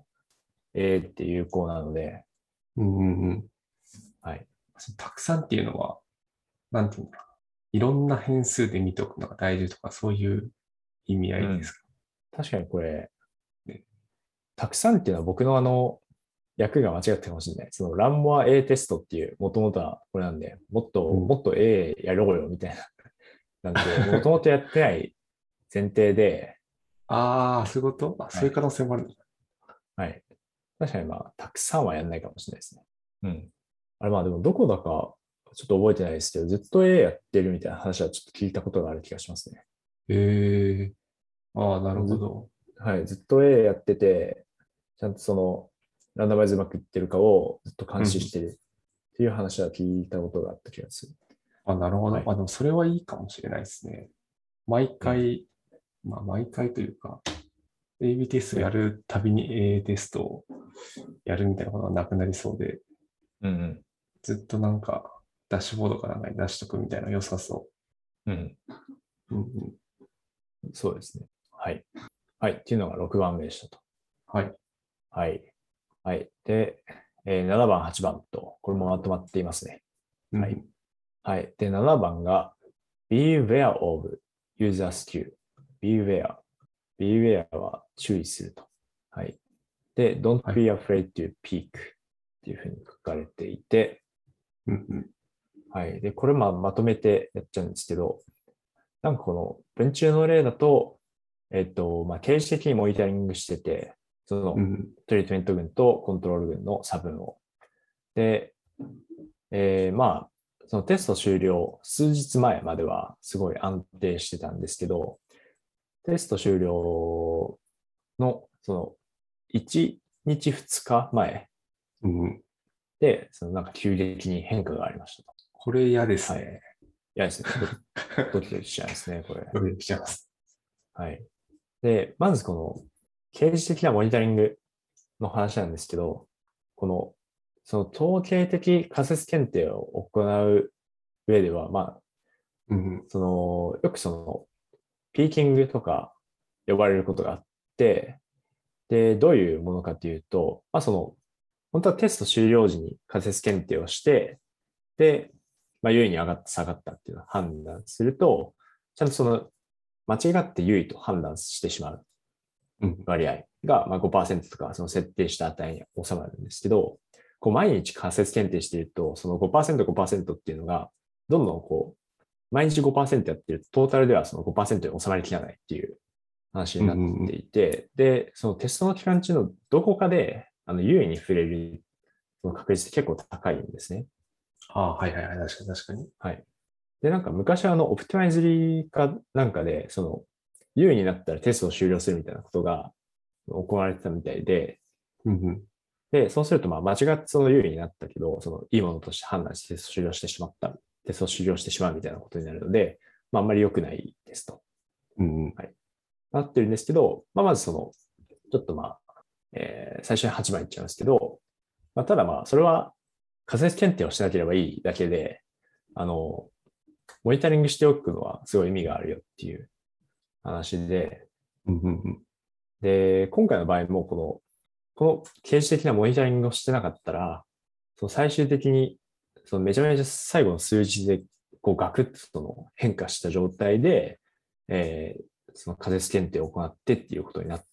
A って有効なので、 うん。うんうんうん。 はい。 そのたくさんっていうのは、なんていうんだろう。いろんな変数で見ておくのが大事とか、そういう意味合うん。 いですか確かにこれ、 ね。 たくさんっていうのは僕のあの、訳が間違ってたかもしれない。その、ランモア A テストっていう、もともとはこれなんで、もっと、 うん。 もっと A やろうよみたいな。なんで、もともとやってない前提で、 ああ、そういうことあ、 はい。 そういう可能性もあるんだ。 はい。確かにまあ、たくさんはやんないかもしれないですね。うん。あれまあでもどこだかちょっと覚えてないですけど、ずっと A やってるみたいな話はちょっと聞いたことがある気がしますね。 ええああ、なるほず、 ど。 はい。ずっと A やってて、ちゃんとその、ランダマイズうまくいってるかをずっと監視しうん。 てるっていう話は聞いたことがあった気がする。 あ、なるほど。 はい。 あ、でもそれはいいかもしれないですね。毎うん。 回、まあ、毎回というか、エービー テストやはい。 るたびに A テストをやるみたいなことがなくなりそうで、 うんずっとなんか、ダッシュボードかなんかに出しとくみたいなの良さそうん。 う。うんうん。 うん。そうですね。はい。はい。っていうのがろくばんめでしたと。 はい。 はい。はい。で、えーななばん、はちばんと、これもまとまっていますね。はい。 うんはい。で、ななばんが Beware of user skew. Beware. Beware は注意すると。はい。で、Don't はい。 be afraid to peak っていうふうに書かれていて、 うんうんはい。で、これまあまとめてやっちゃうんですけど、なんかこの文中の例だと、えっと、まあ、刑事的にモニタリングしてて、そのうんトリートメント群とコントロール群の差分を。で、えーまあ、そのテスト終了数日前まではすごい安定してたんですけど、テスト終了のそのいちにちふつかまえうんうん。 で、そのなんか急激に変化がありましたと。 これ嫌ですはい。 ね。 いやですね。ドドキドキしちゃうんですね、これ。 ドキドキしちゃいます。 はい。で、まずこの刑事的なモニタリングの話なんですけど、この、その統計的仮説検定を行う上では、まあ、 うんうん。 その、よくその、ピーキングとか呼ばれることがあって、で、どういうものかというと、まあその、本当はテスト終了時に仮説検定をして、で、まあ優位に上がって下がったっていうのを判断すると、ちゃんとその、間違って優位と判断してしまううん割合が、まあ、ごパーセントとか、その設定した値に収まるんですけど、こう毎日仮説検定していると、そのごパーセント、ごパーセントっていうのが、どんどんこう、毎日ごパーセントやってると、トータルではそのごパーセントに収まりきらないっていう話うになっんうん。 ていて、で、そのテストの期間中のどこかで、あの、優位に触れるその確率って結構高いんですね。 ああ、はいはいはい。確かに確かに。 はい。で、なんか昔あの、オプティマイズリーかなんかで、その、優位になったらテストを終了するみたいなことが行われてたみたいで、 うんうん。 で、そうすると、まあ、間違ってその優位になったけど、その、いいものとして判断してテスト終了してしまった、テスト終了してしまうみたいなことになるので、まあ、あんまり良くないテスト。 うんうん。 はい。なってるんですけど、まあ、まずその、ちょっとまあ、えー最初にはちばんいっちゃうんですけど、まあ、ただまあ、それは仮説検定をしなければいいだけで、あの、モニタリングしておくのはすごい意味があるよっていう話で、 うんうんうん。 で、今回の場合もこの、この刑事的なモニタリングをしてなかったら、その最終的に、そのめちゃめちゃ最後の数字で、こうガクッとその変化した状態で、えーその仮説検定を行ってっていうことになって、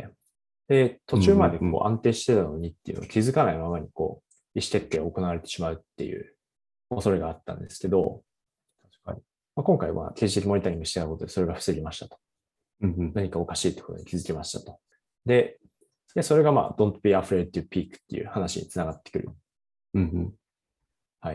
で、途うん中までうんうん。 こう安定してたのにっていうのを気づかないままにこう、意思決定が行われてしまうっていう恐れがあったんですけど、 確かに。 まあ、今回は刑事的モニタリングしてたことでそれが防ぎましたと。 うんうん。 何かおかしいってことに気づきましたと。で、でそれがまあ、don't be afraid to peak っていう話につながってくる。 うんうん。 はい。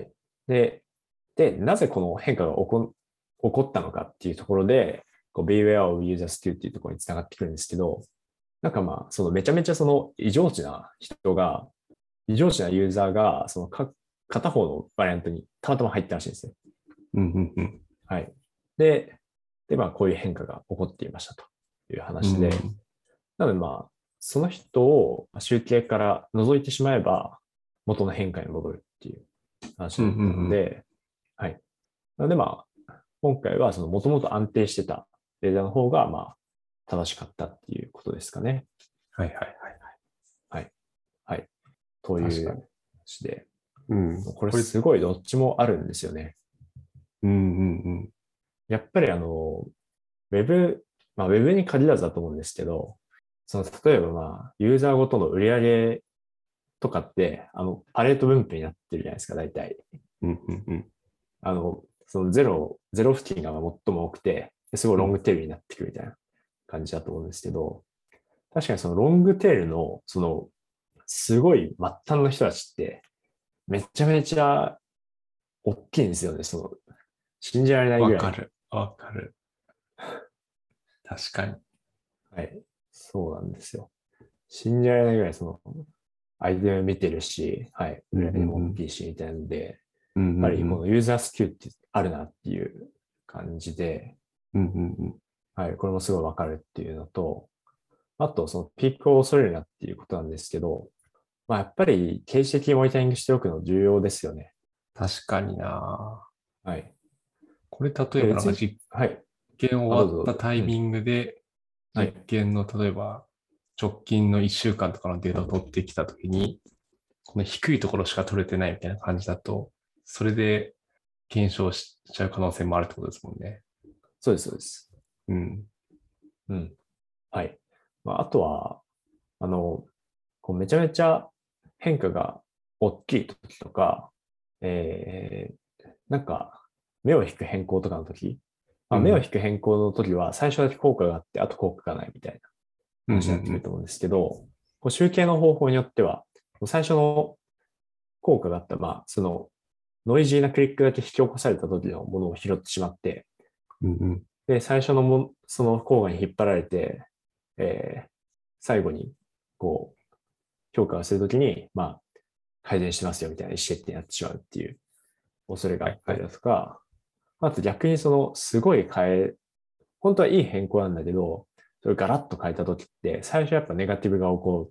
で、で、なぜこの変化が起こ起こったのかっていうところで、こう Beware of User Stew っていうところにつながってくるんですけど、なんかまあ、そのめちゃめちゃその異常値な人が、異常値なユーザーが、そのか片方のバリアントにたまたま入ったらしいんですね。 うんうんうん。 はい。で、で、まあ、こういう変化が起こっていましたという話で、 うん。 なのでまあ、その人を集計から除いてしまえば、元の変化に戻るっていう話うんうだったのんで、はい。なのでまあ、今回はその元々安定してたデータの方が、まあ、正しかったっていうことですかね。 はいはいはい。 はい。はい。と確かに。 いう話で、 うん。 これこれ、 すごいどっちもあるんですよね。 うんうんうん。 やっぱりあの、ウェブ、まあ、ウェブに限らずだと思うんですけど、その、例えばまあ、ユーザーごとの売り上げとかって、あの、パレート分布になってるじゃないですか、大体。 うんうんうん。 あの、そのゼロ、ゼロ付近が最も多くて、すごいロングテールになってくるみたいな感じだと思うんですけど、確かにそのロングテールの、その、すごい末端の人たちって、めちゃめちゃ大きいんですよね、その、信じられないぐらい。 わかる。わかる。確かに。 はい。そうなんですよ。信じられないぐらい、その、アイテム見てるし、はい。 うんう売り上げも大んきいし、みたいなので、やっうん。うんぱりうんうん。 このユーザースキューってあるなっていう感じで、 うんうんうん。 はい。これもすごいわかるっていうのと、あと、そのピークを恐れるなっていうことなんですけど、まあ、やっぱり刑事的にモニタリングしておくの重要ですよね。 確かにな。 はい。 これ、例えで、別に、 ばなんか実はい。 験あ、 終わったどうぞどうぞ。うん。 タイミングで、実はい。 験の例えば直近のいっしゅうかんとかのデータを取ってきたときに、この低いところしか取れてないみたいな感じだと、それで検証しちゃう可能性もあるってことですもんね。 そうです、そうです。 うん。 うん。はい。まあ、あとは、あの、こうめちゃめちゃ変化が大きい時とか、えー、なんか、目を引く変更とかの時、まあ、目をうん。 引く変更の時は最初だけ効果があって、あと効果がないみたいなうん。う話になってくるん。 と思うんですけど、こう集計の方法によっては、最初の効果があった、まあ、その、ノイジーなクリックだけ引き起こされた時のものを拾ってしまって、 うん。うん。 で、最初のも、その効果に引っ張られて、えー、最後に、こう、評価をするときに、まあ、改善してますよみたいな意思決定になってしまうっていう恐れがはいはい。 あったりだとか、あと逆にその、すごい変え、本当はいい変更なんだけど、それガラッと変えたときって、最初やっぱネガティブが起こって、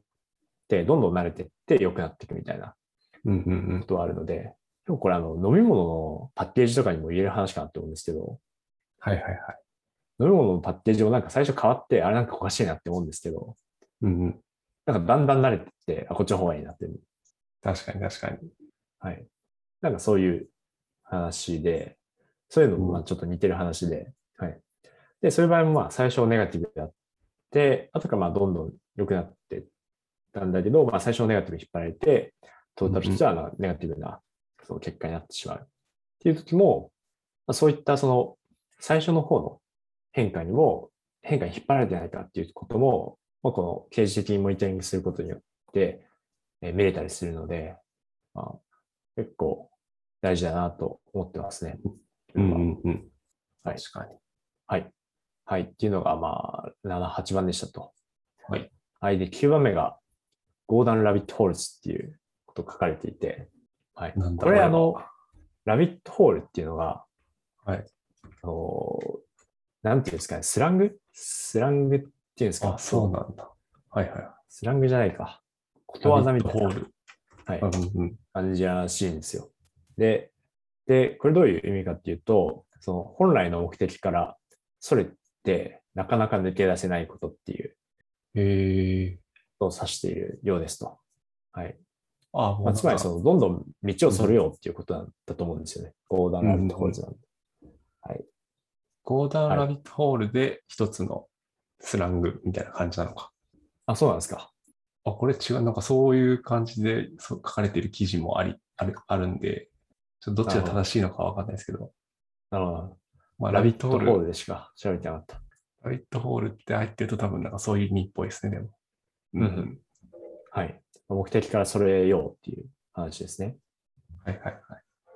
どんどん慣れていって良くなっていくみたいなうん。うん。うん。 ことはあるので、でもこれあの、飲み物のパッケージとかにも言える話かなって思うんですけど、 はいはいはい。 飲み物のパッケージもなんか最初変わって、あれなんかおかしいなって思うんですけど、 うん。うん。 なんかだんだん慣れてって、あ、こっちの方がいいなってる。 確かに確かに。 はい。なんかそういう話で、そういうのもまあうん。 ちょっと似てる話で、はい。で、そういう場合もまあ最初ネガティブであって、後からまあどんどん良くなっていったんだけど、まあ最初のネガティブに引っ張られて、トータルとしてはネガティブなその結果になってしまうっていう時も、まあ、そういったその最初の方の変化にも、変化に引っ張られてないかっていうことも、まあ、この刑事的にモニタリングすることによって、えー見れたりするので、まあ、結構大事だなと思ってますね。 うん。う自分は。 ん。うん。 はい。 確かに。 はい。はい。っていうのが、まあ、なな、はちばんでしたと。 はい。 はい。で、きゅうばんめが、ゴーダン・ラビット・ホールズっていうこと書かれていて、はい。 なんだこれ、 これは。 あの、ラビット・ホールっていうのが、 はい。 あの、なんていうんですかね、スラングスラングっていうんですあ、 か、その、 そうなんだ。はいはい。 スラングじゃないか。ことラビッわざみたいな、 トホール。 はい、 うんうん。 感じらしいんですよ。で、で、これどういう意味かっていうと、その本来の目的からそれってなかなか抜け出せないことっていうへえ。 ことを指しているようですと。はい。 あ、もまあ、 うなんか、 つまりその、どんどん道をそれうん。 ようっていうことなんだと思うんですよね。ゴーダン・うんラビット・うんうん。 ホールズなんで。はい。 ゴーダンはい。 ラビットホールで一つのスラングみたいな感じなのか。 あ、そうなんですか。 あ、これ違う。なんかそういう感じでそう書かれている記事もあり、ある、あるんで、ちょっとどっちがなるほど。 正しいのかわかんないですけど、 なるほど。 まあ、ラビラビット・ットホール、 ホールでしか調べてなかった。 ラビットホールって入ってると多分なんかそういう意味っぽいですね、でも。ううんうん。 ん。 はい。目的からそれようっていう話ですね。 はいはいはい。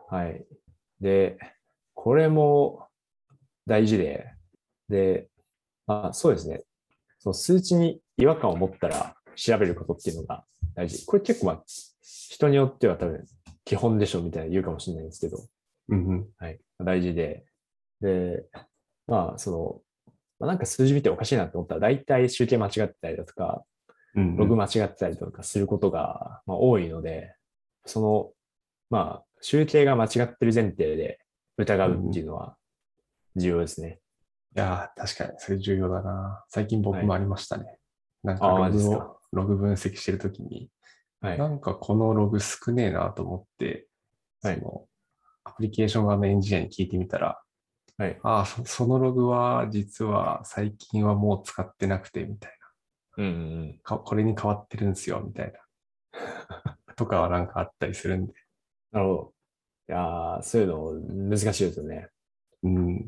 はい。で、これも大事で、で、まあそうですね。その数値に違和感を持ったら調べることっていうのが大事。これ結構まあ人によっては多分基本でしょみたいな言うかもしれないんですけど、 うんうん。 はい。大事で、で、まあその、まあ、なんか数字見ておかしいなって思ったら大体集計間違ってたりだとか、ログうんうん。 間違ってたりとかすることが、まあ、多いので、その、まあ集計が間違ってる前提で疑うっうんうん。いていうのは重要ですね。 やー、確かにそれ重要だな。最近はい。 僕もありましたね。なんかああ、 ロマジですか。 グを、ログ分析してるときに、 はい。 なんかこのログ少ねえなと思って、 はい。 そのアプリケーション側のエンジニアに聞いてみたら、 はい。 ああ、そそのログは実は最近はもう使ってなくてみたいうんうんうん。 な。かこれに変わってるんですよみたいな。とかはなんかあったりするんで。 なるほど。いやー、そういうの難しいですよね。 うん。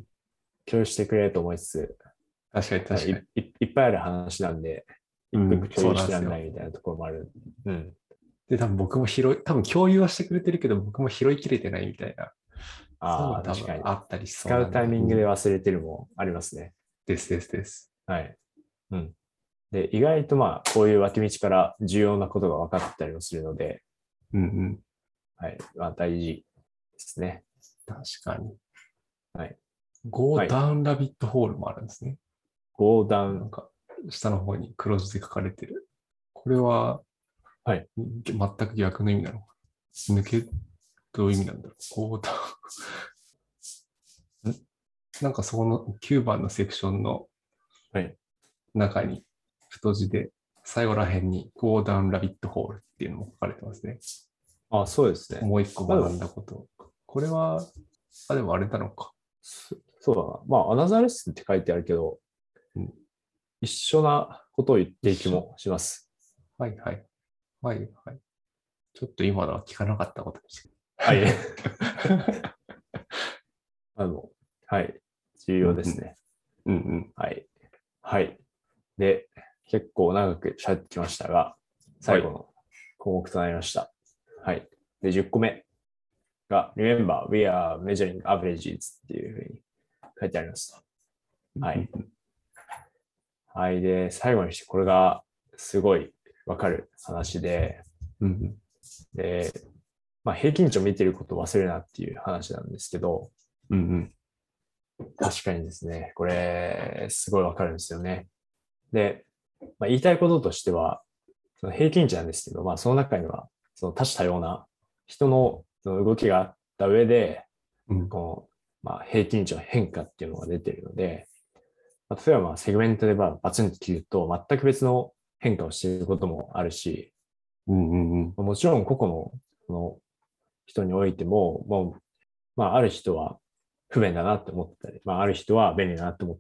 共有してくれると思いつつ、 確かに確かに。 いいいっぱいある話なんで、一個一個うん、そう共有してらなんですよ。 んないみたいなところもある。うん。 で、多分僕も拾い、多分共有はしてくれてるけど、僕も拾いきれてないみたいな。そういうのああ、 が多分確かに。 あったりしそう使うなんで。 タイミングでうん。 忘れてるもありますね。 ですですです。 はい。うん。で、意外とまあ、こういう脇道から重要なことが分かったりもするので、 うんうん。 はい。まあ、大事ですね。 確かに。 はい。 Go はい。 down rabbit hole もあるんですね。 go down。 なんか、下の方に黒字で書かれてる。これは、 はい。 全く逆の意味なのかな。抜け、どういう意味なんだろう。Go down んなんかそこのきゅうばんのセクションのはい。 中に太字で最後ら辺に Go down rabbit hole っていうのも書かれてますね。 あ、そうですね。 もう一個まあでも、 学んだこと。これは、あ、でもあれなのか。 そそうだな。まあ、アナザーレッスンって書いてあるけど、 うん、 一緒なことを言って一緒。 いる気もします。 はいはい。はいはい。ちょっと今のは聞かなかったことでしはい。 た。 あの、はい。重うんうん。 要ですね。 うんうん。 はい。はい。で、結構長く喋ってきましたが、 はい。 最後の項目となりました。はい。で、じゅっこめが、Remember, we are measuring averages っていうふうに書いてあります。はい。はい。で、最後にして、これがすごいわかる話で、 うんうん。 で、まあ、平均値を見てることを忘れるなっていう話なんですけど、 うんうん。 確かにですね、これ、すごいわかるんですよね。で、まあ、言いたいこととしては、その平均値なんですけど、まあ、その中には、その多種多様な人のその動きがあった上で、 うん。 この、まあ、平均値の変化っていうのが出ているので、まあ、例えばまあセグメントでバツンと切ると全く別の変化をしていることもあるし、 うんうんうん。 もちろん個々のその人においても、もう、まあ、ある人は不便だなって思ったり、まあ、ある人は便利だなって思って、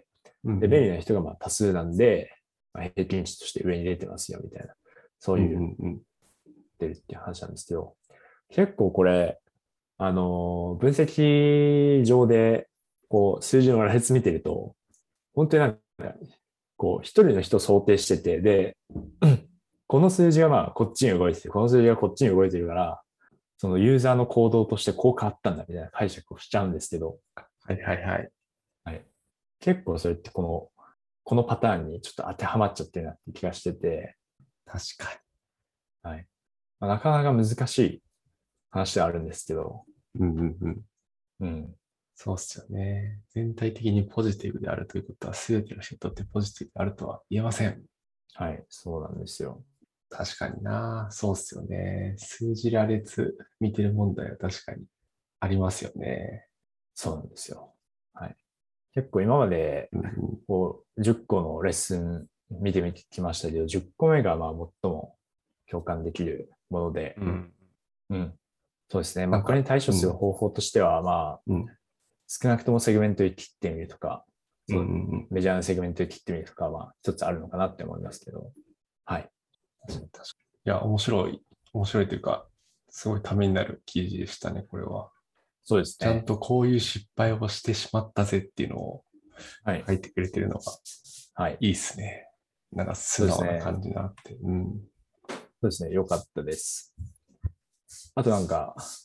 で、便利うんうん。 な人がまあ多数なんで、まあ、平均値として上に出てますよみたいな、そううんいううんうん。 出るっていう話なんですけど、結構これ、あの、分析上で、こう、数字の羅列見てると、本当になんか、こう、一人の人を想定してて、で、この数字がまあ、こっちに動いてて、この数字がこっちに動いてるから、そのユーザーの行動としてこう変わったんだみたいな解釈をしちゃうんですけど、 はいはいはい。 はい、結構それってこの、このパターンにちょっと当てはまっちゃってるなって気がしてて、 確かはい。まあ、なかなか難しい話ではあるんですけど、 に。うんうんうん。 うん。 そうっすよね。全体的にポジティブであるということは、すべての人にとってポジティブであるとは言えません。 はい。そうなんですよ。 確かにな。そうっすよね。数字羅列見てる問題は確かにありますよね。 そうなんですよ。はい。結構今まで、 うんうん。 こう、じゅっこのレッスン見てみてきましたけど、じゅっこめがまあ最も共感できるもので、 うん。 うん。そうですね。まあ、これになんか、 対処するうん。 方法としては、まあ、 うん。 少なくともセグメントで切ってみるとか、 うんうそう、 んうん。 メジャーなセグメントで切ってみるとかは、一つあるのかなって思いますけど。はい。 確かに確かに。いや、面白い。面白いというか、すごいためになる記事でしたね、これは。 そうですね。 ちゃんとこういう失敗をしてしまったぜっていうのをはい。 書いてくれてるのがはい。 いいっすね。なんか素そうですね。 直な感じになって。うん。 そうですね。よかったです。あとなんか、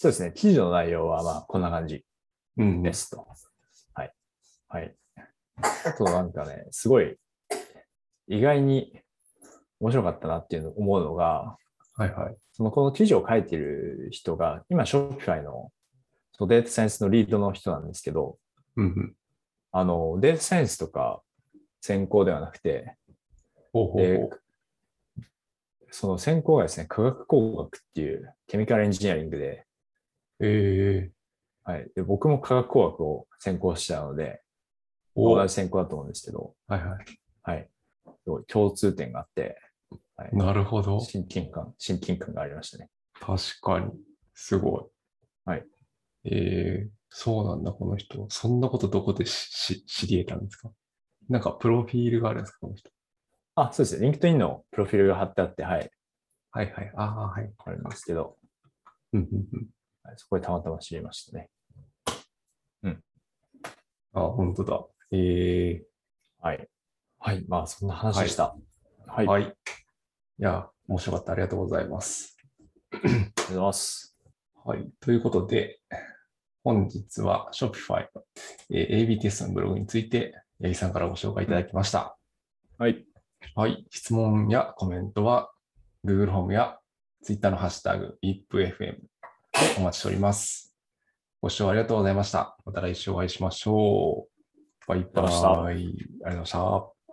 そうですね。記事の内容はまあこんな感じうん。 ですと。はい。はい。あとなんかね、すごい意外に面白かったなっていうのを思うのが、 はいはい。 そのこの記事を書いている人が、今、Shopify のそのデータサイエンスのリードの人なんですけど、 うんうん。 あの、データサイエンスとか専攻ではなくて、 ほうほうで、 ほその専攻がですね、化学工学っていうケミカルエンジニアリングで、 う。ええはい。で、僕も化学工学を専攻してたので、まあ同お、 じ専攻だと思うんですけど、 はいはい。 はい。すごい共通点があって、はい。 なるほど。 親近感、親近感がありましたね。 確かに。すごはい。 い。ええそうなんだ、この人。そんなことどこでしし知り得たんですか？なんか、プロフィールがあるんですか、この人。 あ、そうですね。LinkedIn のプロフィールが貼ってあって、はい。 はいはい。ああ、はい。 あるんですけど、 うんうんうん。 はい、そこでたまたま知りましたね。うん。 あ、本当だ。ええはい。はい。まあ、そんな話はい。 でした。はい。ありはい。いや、面白かった。ありがとうございます。 がとうございます。 はい。ということで、本日は Shopify のえー エービー テストのブログについて、八木さんからご紹介いただうん。 きました。 はい。 はい。質問やコメントは Google ホームや Twitter のハッシュタグ イープエフエム でお待ちしております。ご視聴ありがとうございました。また来週お会いしましょう。バイありがとうございました。 バイ。ありがとうございました。